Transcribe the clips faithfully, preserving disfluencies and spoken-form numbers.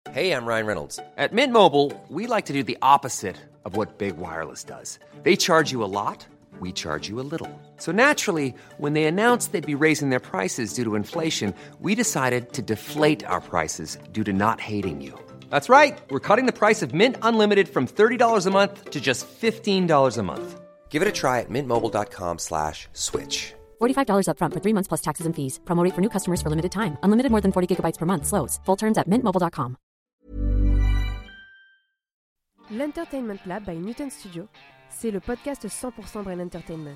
Hey, I'm Ryan Reynolds. At Mint Mobile, we like to do the opposite of what Big Wireless does. They charge you a lot, we charge you a little. So naturally, when they announced they'd be raising their prices due to inflation, we decided to deflate our prices due to not hating you. That's right. We're cutting the price of Mint Unlimited from thirty dollars a month to just fifteen dollars a month. Give it a try at mintmobile.com slash switch. forty-five dollars up front for three months plus taxes and fees. Promo rate for new customers for limited time. Unlimited more than forty gigabytes per month slows. Full terms at mint mobile dot com. L'Entertainment Lab by Newton Studio, c'est le podcast cent pour cent Brain Entertainment.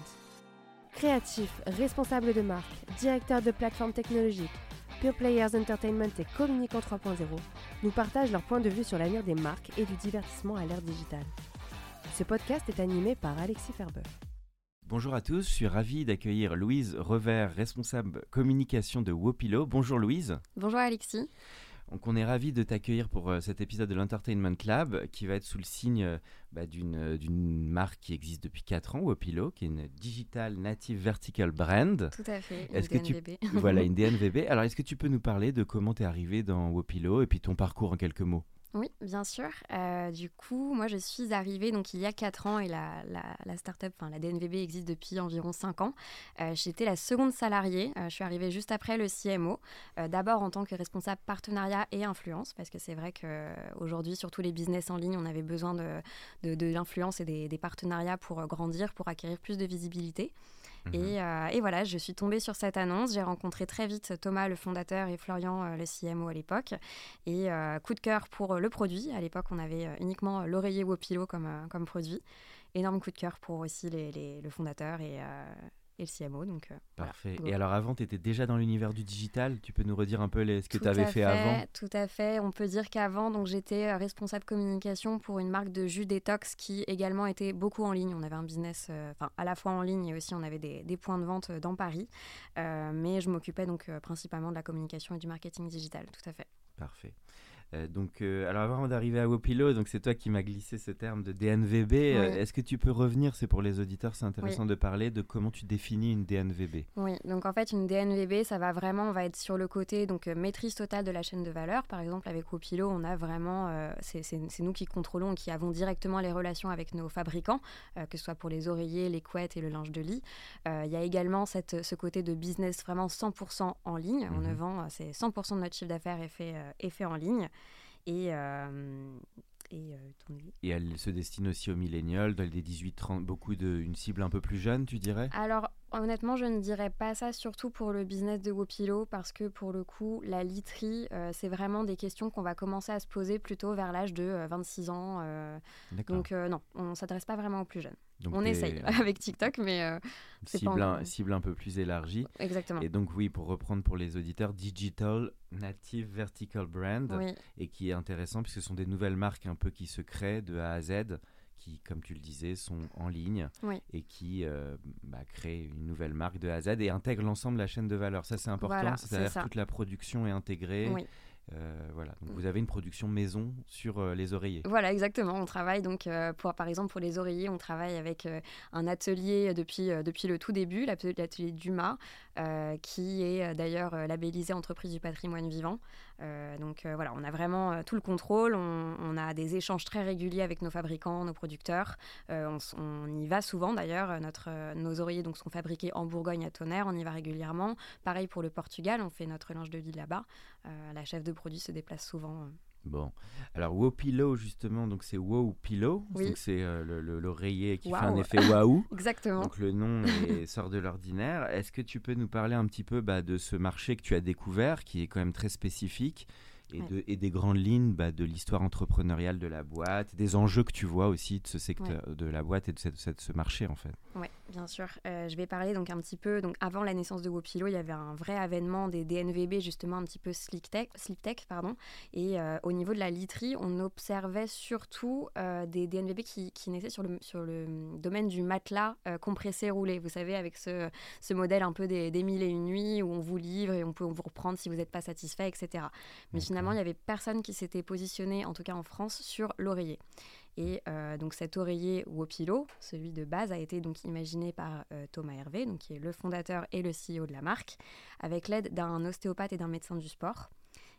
Créatifs, responsables de marque, directeurs de plateformes technologiques, Pure Players Entertainment et Communicant trois point zéro nous partagent leur point de vue sur l'avenir des marques et du divertissement à l'ère digitale. Ce podcast est animé par Alexis Ferber. Bonjour à tous, je suis ravi d'accueillir Louise Revers, responsable communication de Wopilo. Bonjour Louise. Bonjour Alexis. Donc on est ravi de t'accueillir pour euh, cet épisode de l'Entertainment Lab qui va être sous le signe euh, bah, d'une, euh, d'une marque qui existe depuis quatre ans, Wopilo, qui est une Digital Native Vertical Brand. Tout à fait, une est-ce D N V B. Que tu... voilà, une D N V B. Alors est-ce que tu peux nous parler de comment tu es arrivé dans Wopilo et puis ton parcours en quelques mots ? Oui, bien sûr. Euh, du coup, moi, je suis arrivée donc, il y a quatre ans et la, la, la start-up, enfin, la D N V B existe depuis environ cinq ans. Euh, j'étais la seconde salariée. Euh, je suis arrivée juste après le C M O. Euh, d'abord en tant que responsable partenariat et influence, parce que c'est vrai qu'aujourd'hui, sur tous les business en ligne, on avait besoin de, de, de l'influence et des, des partenariats pour grandir, pour acquérir plus de visibilité. Mmh. Et, euh, et voilà, je suis tombée sur cette annonce. J'ai rencontré très vite Thomas, le fondateur, et Florian, euh, le C M O à l'époque. Et euh, coup de cœur pour euh, le produit. À l'époque, on avait euh, uniquement euh, l'oreiller Wopilo comme, euh, comme produit. Énorme coup de cœur pour aussi les, les, le fondateur et, euh, et le C M O. Donc, euh, Parfait. Voilà. Et alors avant, tu étais déjà dans l'univers du digital. Tu peux nous redire un peu les, ce que tu avais fait, fait avant ? Tout à fait. On peut dire qu'avant, donc, j'étais responsable communication pour une marque de jus détox qui également était beaucoup en ligne. On avait un business euh, à la fois en ligne et aussi on avait des, des points de vente dans Paris. Euh, mais je m'occupais donc euh, principalement de la communication et du marketing digital. Tout à fait. Parfait. Euh, donc, euh, alors avant d'arriver à Wopilo, donc c'est toi qui m'as glissé ce terme de D N V B. Oui. Euh, est-ce que tu peux revenir, c'est pour les auditeurs, c'est intéressant oui. de parler de comment tu définis une D N V B. Oui, donc en fait une D N V B, ça va vraiment, on va être sur le côté donc euh, maîtrise totale de la chaîne de valeur. Par exemple avec Wopilo, on a vraiment, euh, c'est, c'est, c'est nous qui contrôlons et qui avons directement les relations avec nos fabricants, euh, que ce soit pour les oreillers, les couettes et le linge de lit. Il euh, y a également cette, ce côté de business vraiment cent pour cent en ligne. Mmh. On ne vend, c'est cent pour cent de notre chiffre d'affaires est fait, euh, est fait en ligne. Et, euh, et, euh, et elle se destine aussi aux millénials, dans les dix-huit trente, beaucoup de, une cible un peu plus jeune, tu dirais ? Alors, honnêtement, je ne dirais pas ça, surtout pour le business de Wopilo, parce que pour le coup, la literie, euh, c'est vraiment des questions qu'on va commencer à se poser plutôt vers l'âge de euh, vingt-six ans. Euh, donc, euh, non, on ne s'adresse pas vraiment aux plus jeunes. Donc on essaye euh, avec TikTok, mais euh, c'est cible, pas... un, cible un peu plus élargie. Exactement. Et donc, oui, pour reprendre pour les auditeurs, Digital Native Vertical Brand, oui. Et qui est intéressant puisque ce sont des nouvelles marques un peu qui se créent de A à Z, qui, comme tu le disais, sont en ligne oui. et qui euh, bah, créent une nouvelle marque de A à Z et intègrent l'ensemble de la chaîne de valeur. Ça, c'est important, voilà, c'est-à-dire c'est que toute la production est intégrée. Oui. Euh, voilà. Donc, vous avez une production maison sur euh, les oreillers. Voilà, exactement. On travaille donc, euh, pour, par exemple, pour les oreillers, on travaille avec euh, un atelier depuis, euh, depuis le tout début, l'atelier Dumas, euh, qui est euh, d'ailleurs euh, labellisé Entreprise du patrimoine vivant. Euh, donc euh, voilà, on a vraiment euh, tout le contrôle. On, on a des échanges très réguliers avec nos fabricants, nos producteurs. Euh, on, on y va souvent d'ailleurs. Notre, euh, nos oreillers donc, sont fabriqués en Bourgogne à Tonnerre. On y va régulièrement. Pareil pour le Portugal, on fait notre linge de lit là-bas. Euh, la chef de produit se déplace souvent. Bon, alors Wopilo justement, donc c'est Wow Pillow, oui. donc c'est euh, le, le, l'oreiller qui wow. fait un effet waouh. Exactement. Donc le nom est, sort de l'ordinaire. Est-ce que tu peux nous parler un petit peu bah, de ce marché que tu as découvert, qui est quand même très spécifique, et, ouais. de, et des grandes lignes bah, de l'histoire entrepreneuriale de la boîte, des enjeux que tu vois aussi de ce secteur, ouais. de la boîte et de, cette, de ce marché en fait. Oui, bien sûr. Euh, je vais parler donc un petit peu. Donc avant la naissance de Wopilo, il y avait un vrai avènement des D N V B, justement un petit peu sleek tech, sleek tech pardon. Et euh, au niveau de la literie, on observait surtout euh, des D N V B qui, qui naissaient sur le, sur le domaine du matelas euh, compressé roulé. Vous savez, avec ce, ce modèle un peu des, des mille et une nuits où on vous livre et on peut vous reprendre si vous n'êtes pas satisfait, et cetera. Mais okay. finalement, il n'y avait personne qui s'était positionné, en tout cas en France, sur l'oreiller. Et euh, donc cet oreiller Wopilo, celui de base, a été donc imaginé par euh, Thomas Hervé, donc qui est le fondateur et le C E O de la marque, avec l'aide d'un ostéopathe et d'un médecin du sport.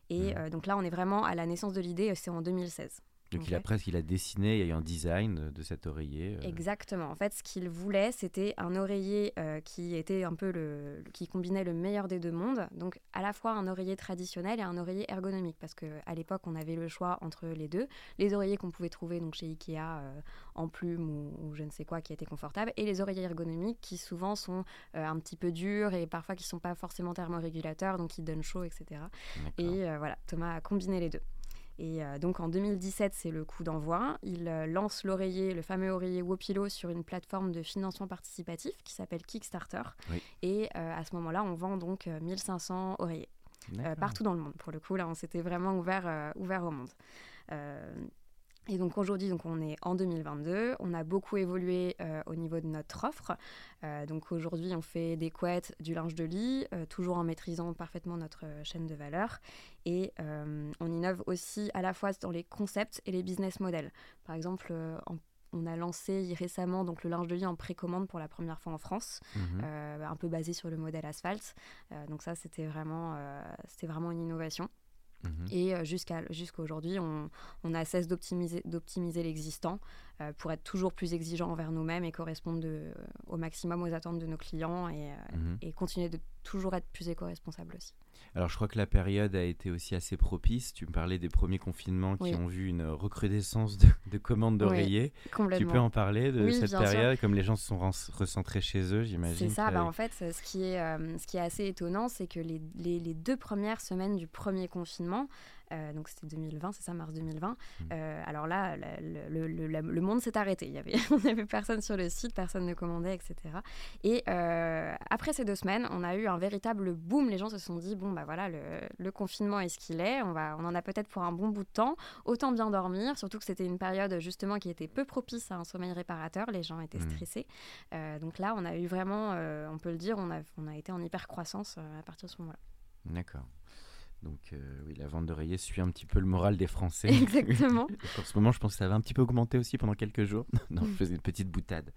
Et Mmh. euh, donc là, on est vraiment à la naissance de l'idée, c'est en deux mille seize. Donc Ok. il a presque il a dessiné, il y a eu un design de, de cet oreiller. euh. Exactement. En fait, ce qu'il voulait, c'était un oreiller euh, qui était un peu le, qui combinait le meilleur des deux mondes. Donc, à la fois un oreiller traditionnel et un oreiller ergonomique, parce que à l'époque, on avait le choix entre les deux. Les oreillers qu'on pouvait trouver donc chez Ikea euh, en plume ou, ou je ne sais quoi, qui étaient confortables, et les oreillers ergonomiques qui souvent sont euh, un petit peu durs et parfois qui sont pas forcément thermorégulateurs, donc qui donnent chaud, et cetera. D'accord. Et euh, voilà, Thomas a combiné les deux. Et euh, donc en deux mille dix-sept, c'est le coup d'envoi. Il euh, lance l'oreiller, le fameux oreiller Wopilo sur une plateforme de financement participatif qui s'appelle Kickstarter. Oui. Et euh, à ce moment-là, on vend donc euh, mille cinq cents oreillers euh, D'accord. partout dans le monde. Pour le coup, là, on s'était vraiment ouvert, euh, ouvert au monde. Euh, Et donc aujourd'hui, donc on est en deux mille vingt-deux, on a beaucoup évolué euh, au niveau de notre offre. Euh, donc aujourd'hui, on fait des couettes, du linge de lit, euh, toujours en maîtrisant parfaitement notre euh, chaîne de valeur. Et euh, on innove aussi à la fois dans les concepts et les business models. Par exemple, euh, en on a lancé récemment donc, le linge de lit en précommande pour la première fois en France, Mhm. euh, un peu basé sur le modèle Asphalt. Euh, donc ça, c'était vraiment, euh, c'était vraiment une innovation. Mhm. Et euh, jusqu'à, jusqu'à aujourd'hui, on, on a cesse d'optimiser, d'optimiser l'existant euh, pour être toujours plus exigeant envers nous-mêmes et correspondre de, euh, au maximum aux attentes de nos clients et, euh, Mhm. et continuer de toujours être plus éco-responsable aussi. Alors je crois que la période a été aussi assez propice. Tu me parlais des premiers confinements qui Oui. ont vu une recrudescence de, de commandes d'oreillers. Tu Complètement. peux en parler de Oui, cette bien période, comme les gens se sont ren- recentrés chez eux, j'imagine. C'est ça, que- bah en fait, ce qui est, euh, ce qui est assez étonnant, c'est que les, les, les deux premières semaines du premier confinement, euh, donc c'était deux mille vingt, c'est ça, mars deux mille vingt, Mm. euh, alors là, la- le, le, le, le monde s'est arrêté. Il y avait, il n'y avait personne sur le site, personne ne commandait, et cetera. Et euh, après ces deux semaines, on a eu un véritable boom. Les gens se sont dit, bon, bah voilà, le, le confinement est ce qu'il est, on, va, on en a peut-être pour un bon bout de temps, autant bien dormir, surtout que c'était une période justement qui était peu propice à un sommeil réparateur, les gens étaient Mm. stressés. Euh, donc là, on a eu vraiment, euh, on peut le dire, on a, on a été en hyper croissance euh, à partir de ce moment-là. D'accord. Donc euh, oui, la vente d'oreillers suit un petit peu le moral des Français. Exactement. Donc, en ce moment, je pense que ça va un petit peu augmenter aussi pendant quelques jours. Non, je faisais une petite boutade.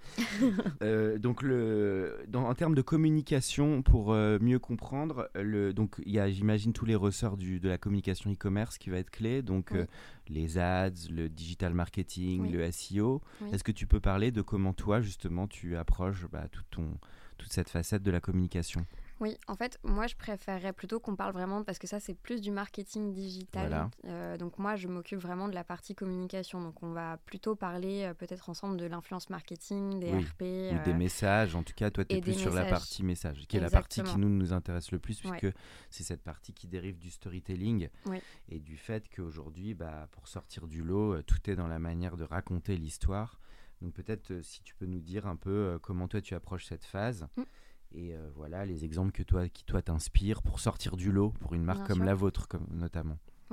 Euh, donc, le, dans, en termes de communication, pour euh, mieux comprendre, le, donc il y a, j'imagine, tous les ressorts du, de la communication e-commerce qui va être clé. Donc, Oui. euh, les ads, le digital marketing, Oui. le S E O. Oui. Est-ce que tu peux parler de comment toi, justement, tu approches bah, tout ton, toute cette facette de la communication? Oui, en fait, moi, je préférerais plutôt qu'on parle vraiment, parce que ça, c'est plus du marketing digital. Voilà. Euh, donc moi, je m'occupe vraiment de la partie communication. Donc on va plutôt parler euh, peut-être ensemble de l'influence marketing, des Oui. R P. Ou euh, des messages, en tout cas, toi, tu es et plus des sur la messages. partie message, qui est la partie qui Exactement. nous, nous intéresse le plus, Ouais. puisque c'est cette partie qui dérive du storytelling Oui. et du fait qu'aujourd'hui, bah, pour sortir du lot, euh, tout est dans la manière de raconter l'histoire. Donc peut-être, euh, si tu peux nous dire un peu euh, comment toi, tu approches cette phase. Mm. Et euh, voilà, les exemples que toi, qui toi t'inspirent pour sortir du lot, pour une marque Bien comme sûr. la vôtre, comme, notamment.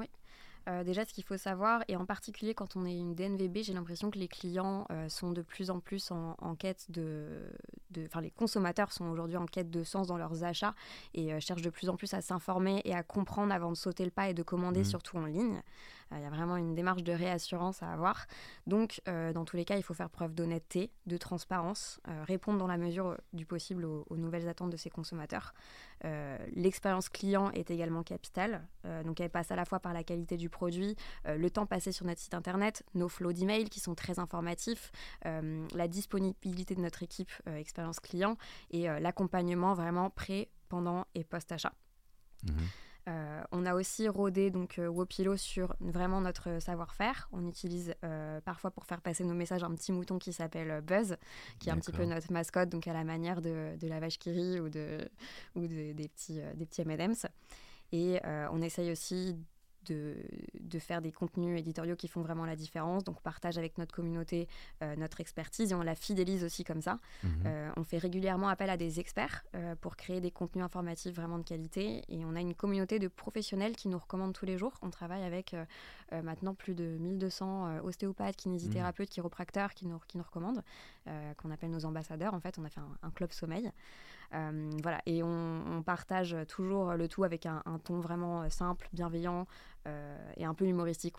Euh, déjà, ce qu'il faut savoir, et en particulier quand on est une D N V B, j'ai l'impression que les clients euh, sont de plus en plus en, en quête de... de- Enfin, les consommateurs sont aujourd'hui en quête de sens dans leurs achats et euh, cherchent de plus en plus à s'informer et à comprendre avant de sauter le pas et de commander, Mhm. surtout en ligne. Euh, Il y a vraiment une démarche de réassurance à avoir. Donc, euh, dans tous les cas, il faut faire preuve d'honnêteté, de transparence, euh, répondre dans la mesure du possible aux, aux nouvelles attentes de ces consommateurs. Euh, l'expérience client est également capitale. Euh, donc, elle passe à la fois par la qualité du produit, euh, le temps passé sur notre site internet, nos flows d'email qui sont très informatifs, euh, la disponibilité de notre équipe euh, expérience client et euh, l'accompagnement vraiment pré, pendant et post-achat. Mhm. Euh, on a aussi rodé donc euh, Wopilo sur vraiment notre savoir-faire. On utilise euh, parfois pour faire passer nos messages un petit mouton qui s'appelle euh, Buzz, qui est un petit peu D'accord. notre mascotte, donc à la manière de, de la vache qui rit ou, de, ou de- des petits, euh, des petits M and M's. Et euh, on essaye aussi de, de faire des contenus éditoriaux qui font vraiment la différence. Donc on partage avec notre communauté euh, notre expertise et on la fidélise aussi comme ça. Mhm. Euh, on fait régulièrement appel à des experts euh, pour créer des contenus informatifs vraiment de qualité et on a une communauté de professionnels qui nous recommandent tous les jours. On travaille avec euh, euh, maintenant plus de mille deux cents euh, ostéopathes, kinésithérapeutes, chiropracteurs qui nous, qui nous recommandent, euh, qu'on appelle nos ambassadeurs. En fait, on a fait un, un club sommeil. Euh, voilà, et on, on partage toujours le tout avec un, un ton vraiment euh, simple, bienveillant euh, et un peu humoristique. On est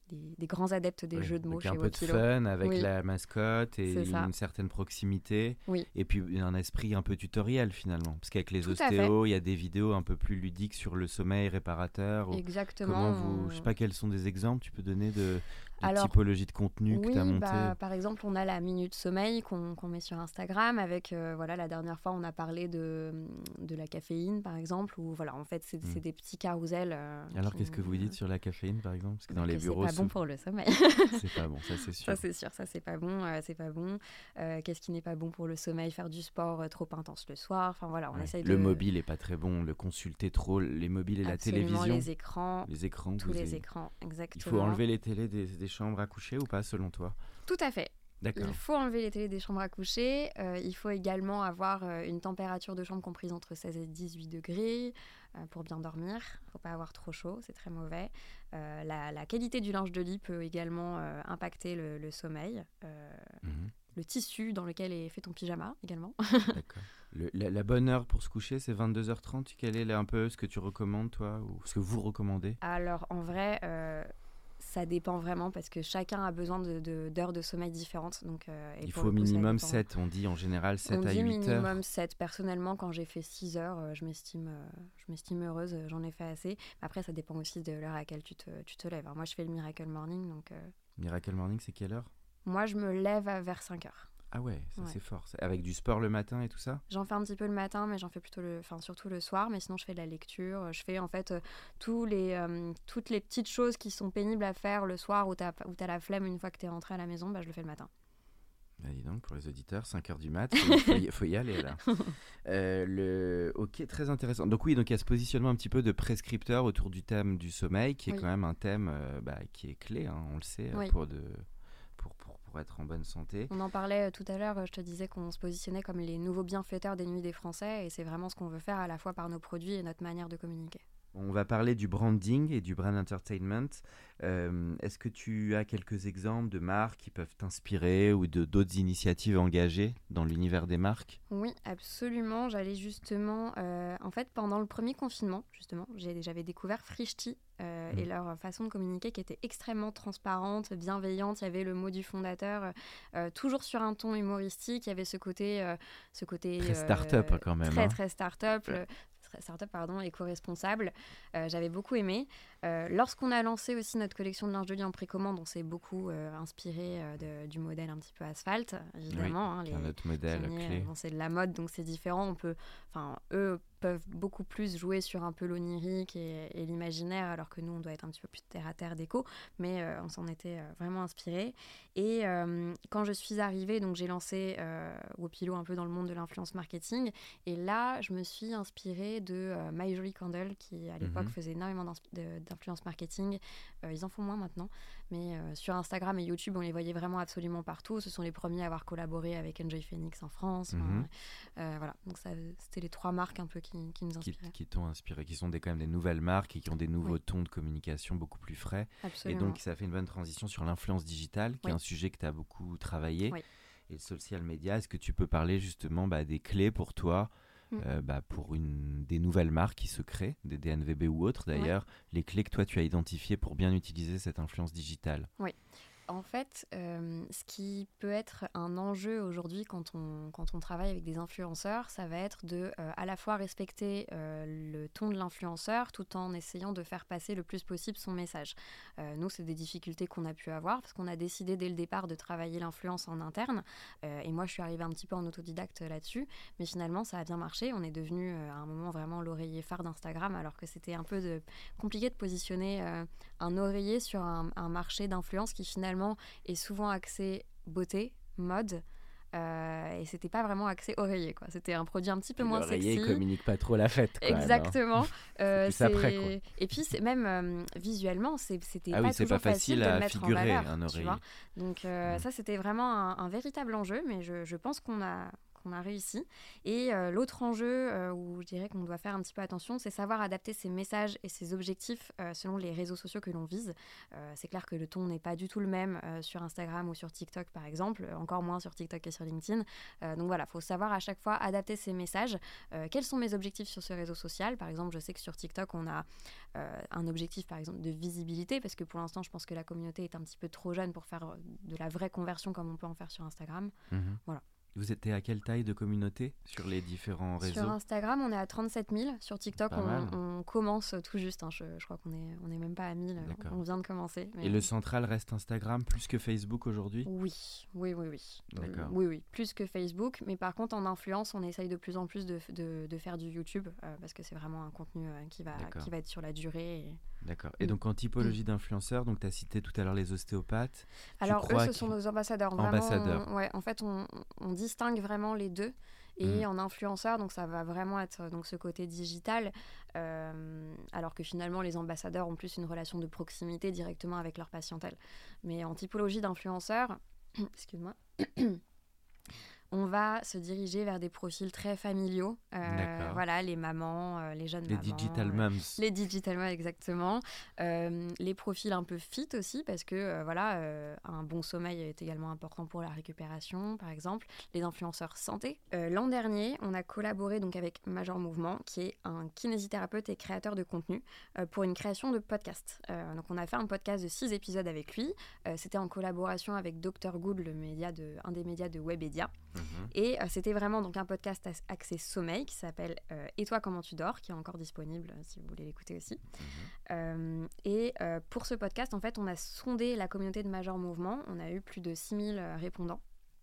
des, des grands adeptes des oui, jeux de mots donc chez un peu de Wopilo. fun avec Oui. la mascotte et C'est une ça. certaine proximité. Oui. Et puis un esprit un peu tutoriel finalement. Parce qu'avec les Tout à ostéos, il y a des vidéos un peu plus ludiques sur le sommeil réparateur. Ou Exactement. comment vous... Je sais pas quels sont des exemples tu peux donner de, de Alors, typologie de contenu que oui, tu as monté. bah, par exemple, on a la minute sommeil qu'on qu'on met sur Instagram. Avec, euh, voilà, la dernière fois, on a parlé de, de la caféine, par exemple. Où, voilà, en fait, c'est Mm. c'est des petits carousels. euh, Alors qui- qu'est-ce que vous dites sur la caféine par exemple? Parce que dans que les c'est bureaux, pas bon sou- pour le sommeil. c'est pas bon, ça c'est sûr. Ça, c'est sûr, ça, c'est pas bon. euh, c'est pas bon. Euh, Qu'est-ce qui n'est pas bon pour le sommeil? Faire du sport euh, trop intense le soir. Enfin, voilà, on Ouais. essaye Le de... mobile est pas très bon, le consulter trop, les mobiles et la Absolument, télévision. les écrans, Les écrans. tous vous les avez- écrans, Il exactement. faut enlever les télés des, des chambres à coucher ou pas selon toi? Tout à fait. D'accord. Il faut enlever les télés des chambres à coucher. Euh, il faut également avoir euh, une température de chambre comprise entre seize et dix-huit degrés euh, pour bien dormir. Il ne faut pas avoir trop chaud, c'est très mauvais. Euh, la, la qualité du linge de lit peut également euh, impacter le, le sommeil. Euh, Mhm. le tissu dans lequel est fait ton pyjama également. D'accord. Le- la, la bonne heure pour se coucher, c'est vingt-deux heures trente. Quel est là, un peu ce que tu recommandes, toi, ou ce que vous recommandez? Alors en vrai, euh, ça dépend vraiment parce que chacun a besoin de, de- d'heures de sommeil différentes. Donc, euh, et Il pour faut au le coup, ça minimum dépend. sept, on dit en général sept On à dit huit heures. minimum sept. Personnellement, quand j'ai fait six heures, euh, je m'estime, euh, je m'estime heureuse, euh, j'en ai fait assez. Après, ça dépend aussi de l'heure à laquelle tu te, tu te lèves. Alors, moi, je fais le Miracle Morning, donc euh, Miracle Morning, c'est quelle heure? moi, je me lève à vers cinq heures. Ah ouais, ça Ouais. c'est fort. C'est avec du sport le matin et tout ça? J'en fais un petit peu le matin, mais j'en fais plutôt le, enfin surtout le soir. Mais sinon, je fais de la lecture. Je fais en fait euh, tous les, euh, toutes les petites choses qui sont pénibles à faire le soir où t'as, où t'as la flemme une fois que t'es rentré à la maison. Bah, je le fais le matin. Bah dis donc, pour les auditeurs, cinq heures du mat, il faut, y- faut y aller là. Euh, le... Ok, très intéressant. Donc oui, donc il y a ce positionnement un petit peu de prescripteur autour du thème du sommeil, qui est Oui. quand même un thème euh, bah, qui est clé, hein, on le sait, euh, Oui. pour, de... pour, pour, pour être en bonne santé. On en parlait euh, tout à l'heure. euh, Je te disais qu'on se positionnait comme les nouveaux bienfaiteurs des nuits des Français, et c'est vraiment ce qu'on veut faire à la fois par nos produits et notre manière de communiquer. On va parler du branding et du brand entertainment. Euh, est-ce que tu as quelques exemples de marques qui peuvent t'inspirer ou de d'autres initiatives engagées dans l'univers des marques? Oui, absolument. J'allais justement, euh, en fait, pendant le premier confinement, justement, j'ai- j'avais découvert Frishti euh, Mhm. et leur façon de communiquer qui était extrêmement transparente, bienveillante. Il y avait le mot du fondateur, euh, toujours sur un ton humoristique. Il y avait ce côté, euh, ce côté Très euh, start-up, quand même, très hein. très start-up. le- Startup pardon, éco-responsable. Euh, j'avais beaucoup aimé. Euh, lorsqu'on a lancé aussi notre collection de linge de lit en précommande, on s'est beaucoup euh, inspiré euh, de- du modèle un petit peu asphalte, évidemment. hein, qui est un les autre modèle pionniers, clé. euh, bon, c'est de la mode, donc c'est différent. On peut, enfin, eux peuvent beaucoup plus jouer sur un peu l'onirique et, et l'imaginaire, alors que nous, on doit être un petit peu plus terre à terre déco. Mais euh, on s'en était euh, vraiment inspiré. Et euh, quand je suis arrivée, donc j'ai lancé euh, Wopilo un peu dans le monde de l'influence marketing. Et là, je me suis inspirée de euh, My Jolie Candle, qui à l'époque Mhm. faisait énormément d'inspi- de- d'influence marketing. Euh, ils en font moins maintenant, mais euh, sur Instagram et YouTube, on les voyait vraiment absolument partout. Ce sont les premiers à avoir collaboré avec Enjoy Phoenix en France. Enfin, Mhm. euh, voilà, donc ça, c'était les trois marques un peu qui, qui nous Qui, inspiraient. qui t'ont inspiré, qui sont des, quand même des nouvelles marques et qui ont des nouveaux Oui. tons de communication beaucoup plus frais. Absolument. Et donc, ça fait une bonne transition sur l'influence digitale, qui Oui. est un sujet que tu as beaucoup travaillé. Oui. Et le social media, est-ce que tu peux parler justement bah, des clés pour toi, Mm. euh, bah, pour une, des nouvelles marques qui se créent, des D N V B ou autres d'ailleurs, les clés que toi tu as identifiées pour bien utiliser cette influence digitale? En fait, euh, ce qui peut être un enjeu aujourd'hui quand on, quand on travaille avec des influenceurs, ça va être de euh, à la fois respecter euh, le ton de l'influenceur tout en essayant de faire passer le plus possible son message. Euh, nous, c'est des difficultés qu'on a pu avoir parce qu'on a décidé dès le départ de travailler l'influence en interne. Euh, et moi, je suis arrivée un petit peu en autodidacte là-dessus. Mais finalement, ça a bien marché. On est devenu euh, à un moment vraiment l'oreiller phare d'Instagram alors que c'était un peu de, compliqué de positionner euh, un oreiller sur un, un marché d'influence qui finalement est souvent axé beauté, mode, euh, et c'était pas vraiment axé oreiller, quoi. C'était un produit un petit peu moins L'oreiller, sexy. il communique pas trop la fête. Quoi, Exactement. Euh, plus après, quoi. Et puis c'est même euh, visuellement, c'est, c'était Ah pas oui, c'est toujours pas facile facile de à le mettre figurer, en valeur, un tu oreiller. vois. Donc euh, Mm. ça, c'était vraiment un, un véritable enjeu, mais je, je pense qu'on a on a réussi. Et euh, l'autre enjeu euh, où je dirais qu'on doit faire un petit peu attention, c'est savoir adapter ses messages et ses objectifs euh, selon les réseaux sociaux que l'on vise. Euh, c'est clair que le ton n'est pas du tout le même euh, sur Instagram ou sur TikTok par exemple, encore moins sur TikTok et sur LinkedIn. Euh, donc voilà, il faut savoir à chaque fois adapter ses messages. Euh, quels sont mes objectifs sur ce réseau social ? Par exemple, je sais que sur TikTok, on a euh, un objectif par exemple de visibilité, parce que pour l'instant, je pense que la communauté est un petit peu trop jeune pour faire de la vraie conversion comme on peut en faire sur Instagram. Mmh. Voilà. Vous étiez à quelle taille de communauté sur les différents réseaux ? Sur Instagram, on est à trente-sept mille. Sur TikTok, on, on commence tout juste. Hein. Je, je crois qu'on n'est on est même pas à mille. D'accord. On vient de commencer. Mais... Et le central reste Instagram plus que Facebook aujourd'hui ? Oui, oui, oui, oui. D'accord. Oui, oui, plus que Facebook. Mais par contre, en influence, on essaye de plus en plus de, de, de faire du YouTube euh, parce que c'est vraiment un contenu euh, qui, va, qui va être sur la durée. Et... D'accord. Et donc, en typologie mmh. d'influenceurs, donc tu as cité tout à l'heure les ostéopathes. Alors, eux, ce sont nos ambassadeurs. Vraiment, ambassadeurs. On, ouais, en fait, on, on distingue vraiment les deux. Et mmh. en influenceur, donc ça va vraiment être donc, ce côté digital, euh, alors que finalement, les ambassadeurs ont plus une relation de proximité directement avec leur patientèle. Mais en typologie d'influenceurs, excuse-moi... on va se diriger vers des profils très familiaux. Euh, voilà, les mamans, euh, les jeunes les mamans. Digital moms. Euh, les digital moms, exactement. Euh, les profils un peu fit aussi, parce que euh, voilà, euh, un bon sommeil est également important pour la récupération, par exemple. Les influenceurs santé. Euh, l'an dernier, on a collaboré donc avec Major Mouvement, qui est un kinésithérapeute et créateur de contenu, euh, pour une création de podcast. Euh, donc, on a fait un podcast de six épisodes avec lui. Euh, c'était en collaboration avec docteur Good, le média de, un des médias de Webedia. Et euh, c'était vraiment donc un podcast axé sommeil qui s'appelle euh, « Et toi, comment tu dors ?» qui est encore disponible euh, si vous voulez l'écouter aussi. Mmh. Euh, et euh, pour ce podcast, en fait, on a sondé la communauté de Major Mouvement. On a eu plus de six mille euh, répondants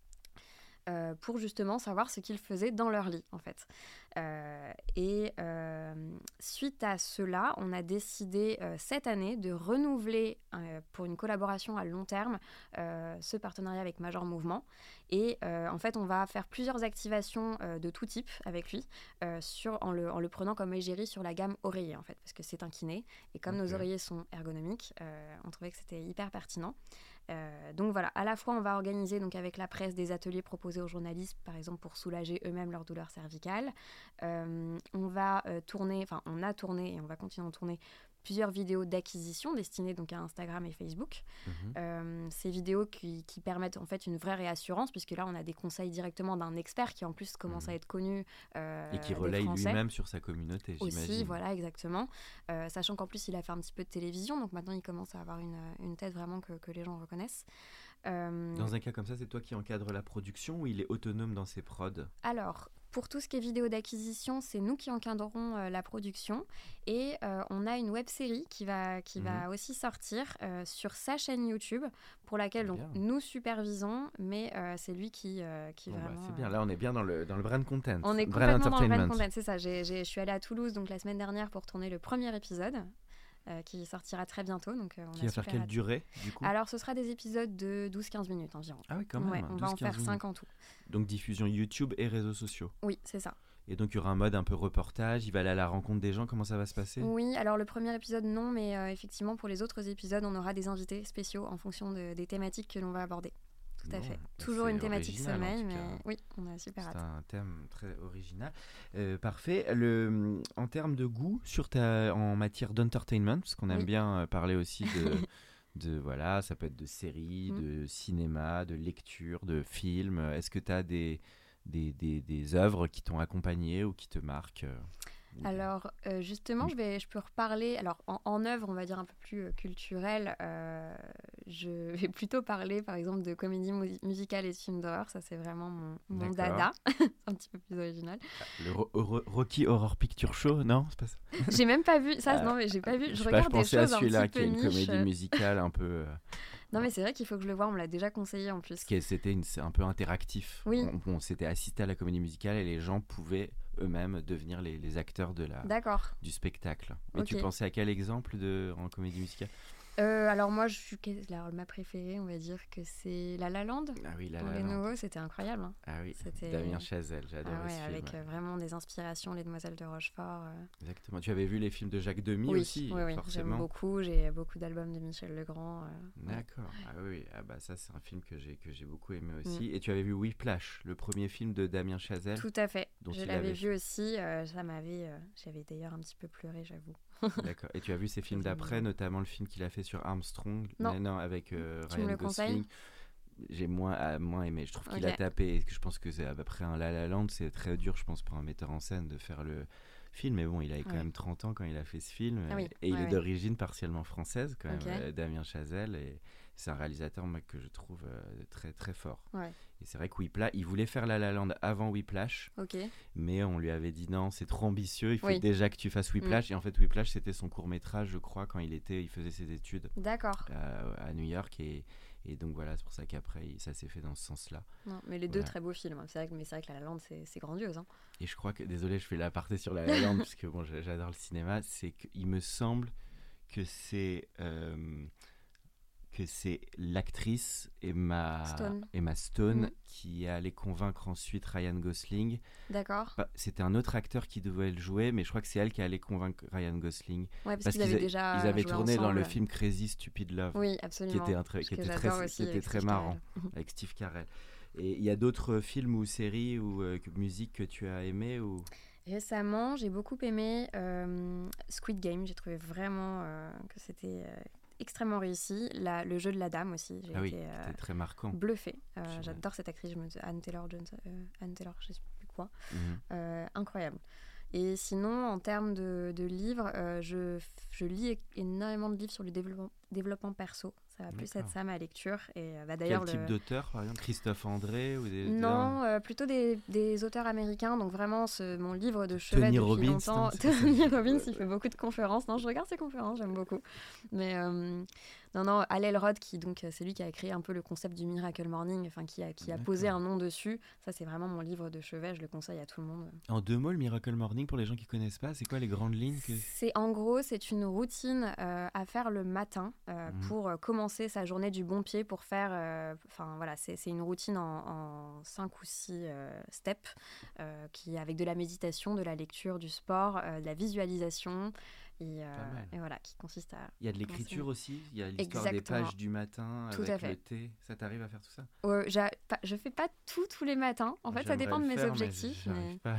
euh, pour justement savoir ce qu'ils faisaient dans leur lit, en fait. Euh, et euh, suite à cela, on a décidé euh, cette année de renouveler euh, pour une collaboration à long terme euh, ce partenariat avec Major Mouvement. Et euh, en fait, on va faire plusieurs activations euh, de tout type avec lui, euh, sur, en, le, en le prenant comme égérie sur la gamme oreiller, en fait, parce que c'est un kiné. Et comme okay. nos oreillers sont ergonomiques, euh, on trouvait que c'était hyper pertinent. Euh, donc voilà, à la fois on va organiser donc avec la presse des ateliers proposés aux journalistes, par exemple pour soulager eux-mêmes leurs douleurs cervicales. Euh, on va euh, tourner, enfin on a tourné et on va continuer à tourner plusieurs vidéos d'acquisition destinées donc à Instagram et Facebook. Mmh. Euh, ces vidéos qui, qui permettent en fait une vraie réassurance, puisque là on a des conseils directement d'un expert qui en plus commence mmh. à être connu euh, et qui relaye lui-même sur sa communauté, aussi, j'imagine. Voilà, exactement. Euh, sachant qu'en plus il a fait un petit peu de télévision, donc maintenant il commence à avoir une, une tête vraiment que, que les gens reconnaissent. Euh... Dans un cas comme ça, c'est toi qui encadres la production ou il est autonome dans ses prods ? Alors, pour tout ce qui est vidéo d'acquisition, c'est nous qui encadrons euh, la production. Et euh, on a une web-série qui va, qui mmh. va aussi sortir euh, sur sa chaîne YouTube, pour laquelle donc, nous supervisons, mais euh, c'est lui qui, euh, qui bon, vraiment... Bah, c'est bien, là on est bien dans le, dans le brand content. On est brand complètement dans le brand content, c'est ça. J'ai, j'ai, je suis allée à Toulouse donc, la semaine dernière pour tourner le premier épisode. Euh, qui sortira très bientôt. Donc, euh, on qui a va faire quelle hâte. Durée, du coup ? Alors, ce sera des épisodes de douze à quinze minutes environ. Ah oui, quand même. Ouais, on va en faire cinq en tout. Donc, diffusion YouTube et réseaux sociaux. Oui, c'est ça. Et donc, il y aura un mode un peu reportage, il va aller à la rencontre des gens, comment ça va se passer ? Oui, alors le premier épisode, non, mais euh, effectivement, pour les autres épisodes, on aura des invités spéciaux en fonction de, des thématiques que l'on va aborder. Tout bon, à fait. Toujours une thématique sommeil, mais oui, on a super hâte. C'est un thème très original. Euh, parfait. Le, en termes de goût, sur ta, en matière d'entertainment, parce qu'on aime oui. bien parler aussi de, de, voilà, ça peut être de séries, mm. de cinéma, de lecture, de films. Est-ce que tu as des, des, des, des œuvres qui t'ont accompagné ou qui te marquent ? Alors euh, justement, je, vais, je peux reparler, alors en, en œuvre, on va dire un peu plus euh, culturelle, euh, je vais plutôt parler par exemple de comédie mu- musicale et de films d'horreur, ça c'est vraiment mon, mon dada, c'est un petit peu plus original. Le Ro- Ro- Rocky Horror Picture Show, non, c'est pas ça. J'ai même pas vu, ça, euh, non mais j'ai pas vu, je, je regarde pas, je des choses un petit peu niche. Je pensais à celui-là qui est une comédie musicale un peu... Euh... Non mais c'est vrai qu'il faut que je le voie, on me l'a déjà conseillé en plus. Parce que c'était une, c'est un peu interactif. Oui. On, on s'était assisté à la comédie musicale et les gens pouvaient eux-mêmes devenir les, les acteurs de la, D'accord. du spectacle. Mais okay. tu pensais à quel exemple de, en comédie musicale ? Euh, alors moi, je suis alors, ma préférée, on va dire que c'est La La Land. Ah oui, La Pour La les Land. nouveaux, c'était incroyable. Hein. Ah oui, C'était... Damien Chazelle, j'adore ah ouais, ce film. avec euh, vraiment des inspirations, Les Demoiselles de Rochefort. Euh... Exactement. Tu avais vu les films de Jacques Demy oui, aussi, oui, oui, forcément. J'aime beaucoup. J'ai beaucoup d'albums de Michel Legrand. Euh... D'accord. Ah oui, ah bah ça c'est un film que j'ai que j'ai beaucoup aimé aussi. Mm. Et tu avais vu Whiplash, le premier film de Damien Chazelle. Tout à fait. Je l'avais avait... vu aussi. Euh, ça m'avait, euh, j'avais d'ailleurs un petit peu pleuré, j'avoue. D'accord. Et tu as vu ses films d'après, notamment le film qu'il a fait sur Armstrong. Non. Mais non, avec euh, tu Ryan me le Gosling. conseilles ? J'ai moins, euh, moins aimé. Je trouve qu'il okay. a tapé. Et que je pense que c'est à peu près un La La Land. C'est très dur, je pense, pour un metteur en scène de faire le film. Mais bon, il avait quand ouais. même trente ans quand il a fait ce film. Ah oui. Et il ouais, est ouais. d'origine partiellement française, quand même, okay. euh, Damien Chazelle. Et c'est un réalisateur moi, que je trouve euh, très, très fort. Ouais. Et c'est vrai que Whiplash, il voulait faire La La Land avant Whiplash. Okay. Mais on lui avait dit non, c'est trop ambitieux. Il faut oui. déjà que tu fasses Whiplash. Mm. Et en fait, Whiplash, c'était son court-métrage, je crois, quand il, était, il faisait ses études. D'accord. Euh, à New York. Et. Et donc voilà, c'est pour ça qu'après, ça s'est fait dans ce sens-là. Non, mais les deux voilà. Très beaux films. C'est vrai que, mais c'est vrai que La La Land, c'est, c'est grandiose. Hein. Et je crois que, désolé, je fais l'aparté sur La La Land, parce que bon, j'adore le cinéma. C'est qu'il me semble que c'est, euh, que c'est l'actrice Emma Stone, Emma Stone mmh. qui est allée convaincre ensuite Ryan Gosling. D'accord. Bah, c'était un autre acteur qui devait le jouer, mais je crois que c'est elle qui est allée convaincre Ryan Gosling. Ouais, parce, parce qu'ils, qu'ils avaient déjà Ils avaient tourné ensemble. dans le film Crazy Stupid Love. Oui, absolument. Qui était, un très, qui était très, qui était très marrant, avec Steve Carell. Et il y a d'autres films ou séries ou euh, musique que tu as aimé ou... Récemment, j'ai beaucoup aimé euh, Squid Game. J'ai trouvé vraiment euh, que c'était... Euh, extrêmement réussi. La, le jeu de la dame aussi. J'ai ah oui, été euh, très marquant. Bluffée. Euh, j'adore cette actrice, je me dis Anne Taylor Johnson, euh, Anne Taylor, je sais plus quoi. Mm-hmm. Euh, incroyable. Et sinon, en termes de, de livres, euh, je, je lis énormément de livres sur le développement, développement perso. Ça va plus être ça ma lecture. Et bah, d'ailleurs, quel type le... d'auteur, par exemple, Christophe André ou des... Non, euh, plutôt des, des auteurs américains. Donc vraiment, ce, mon livre de chevet Tony depuis Robbins, longtemps. Non, Tony Robbins, il fait beaucoup de conférences. Non, je regarde ses conférences, j'aime beaucoup. Mais euh, non, non, Hal Elrod, qui donc c'est lui qui a créé un peu le concept du Miracle Morning, enfin qui a qui a posé un nom dessus. Ça, c'est vraiment mon livre de chevet. Je le conseille à tout le monde. En deux mots, le Miracle Morning pour les gens qui connaissent pas, c'est quoi les grandes lignes que... C'est en gros, c'est une routine euh, à faire le matin euh, mmh. pour euh, commencer sa journée du bon pied pour faire, enfin euh, voilà, c'est, c'est une routine en, en cinq ou six euh, steps, euh, qui avec de la méditation, de la lecture, du sport, euh, de la visualisation, et, euh, et voilà, qui consiste à... Il y a de l'écriture aussi, il y a l'histoire Exactement. Des pages du matin tout avec le thé, ça t'arrive à faire tout ça? euh, Je fais pas tout tous les matins, en fait ça dépend de mes faire, objectifs. Mais mais...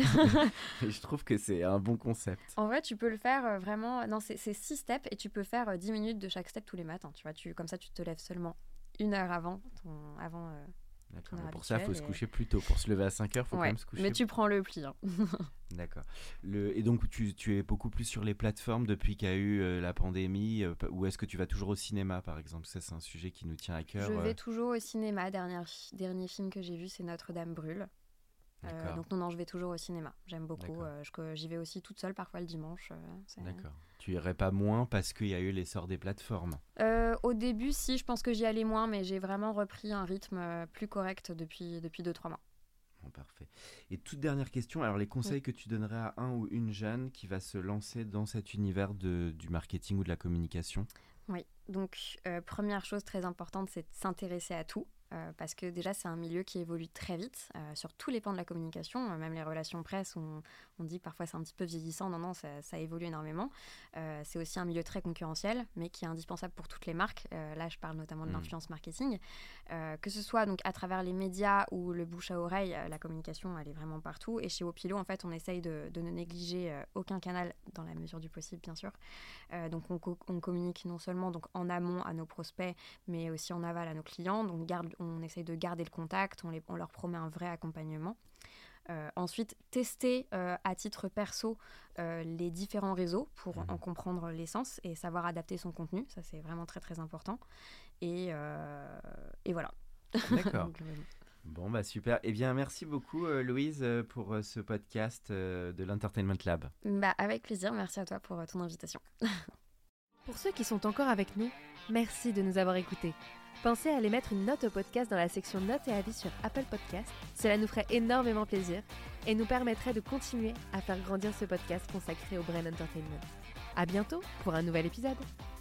mais je trouve que c'est un bon concept. En vrai, tu peux le faire euh, vraiment, non, c'est, c'est six steps et tu peux faire euh, dix minutes de chaque step tous les matins, tu vois, tu, comme ça tu te lèves seulement une heure avant ton... Avant, euh, D'accord, pour ça, il faut et... se coucher plus tôt. Pour se lever à cinq heures, il faut ouais, quand même se coucher. Mais tu prends le pli. Hein. D'accord. Le... Et donc, tu, tu es beaucoup plus sur les plateformes depuis qu'il y a eu euh, la pandémie, euh, ou est-ce que tu vas toujours au cinéma, par exemple? Ça, c'est un sujet qui nous tient à cœur. Je vais euh... toujours au cinéma. Dernier, dernier film que j'ai vu, c'est Notre-Dame brûle. Euh, donc non, non, je vais toujours au cinéma. J'aime beaucoup. Euh, je, j'y vais aussi toute seule, parfois le dimanche. Euh, c'est... D'accord. Tu irais pas moins parce qu'il y a eu l'essor des plateformes? euh, Au début, si, je pense que j'y allais moins, mais j'ai vraiment repris un rythme plus correct depuis depuis deux trois mois. Bon, parfait. Et toute dernière question. Alors, les conseils oui. que tu donnerais à un ou une jeune qui va se lancer dans cet univers de, du marketing ou de la communication? Oui. Donc, euh, première chose très importante, c'est de s'intéresser à tout. Euh, parce que déjà, c'est un milieu qui évolue très vite euh, sur tous les pans de la communication, euh, même les relations presse, on, on dit que parfois c'est un petit peu vieillissant. Non, non, ça, ça évolue énormément. Euh, c'est aussi un milieu très concurrentiel, mais qui est indispensable pour toutes les marques. Euh, là, je parle notamment de mmh. l'influence marketing. Euh, que ce soit donc à travers les médias ou le bouche à oreille, euh, la communication, elle est vraiment partout. Et chez Opilo, en fait, on essaye de, de ne négliger euh, aucun canal dans la mesure du possible, bien sûr. Euh, donc, on, co- on communique non seulement donc, en amont à nos prospects, mais aussi en aval à nos clients. Donc, garde on essaye de garder le contact, on, les, on leur promet un vrai accompagnement. Euh, ensuite, tester euh, à titre perso euh, les différents réseaux pour mmh. en comprendre l'essence et savoir adapter son contenu. Ça, c'est vraiment très, très important. Et, euh, et voilà. D'accord. Donc, euh, bon, bah super. Eh bien, merci beaucoup, euh, Louise, euh, pour euh, ce podcast euh, de l'Entertainment Lab. Bah, avec plaisir. Merci à toi pour euh, ton invitation. Pour ceux qui sont encore avec nous, merci de nous avoir écoutés. Pensez à aller mettre une note au podcast dans la section notes et avis sur Apple Podcasts. Cela nous ferait énormément plaisir et nous permettrait de continuer à faire grandir ce podcast consacré au Brain Entertainment. À bientôt pour un nouvel épisode.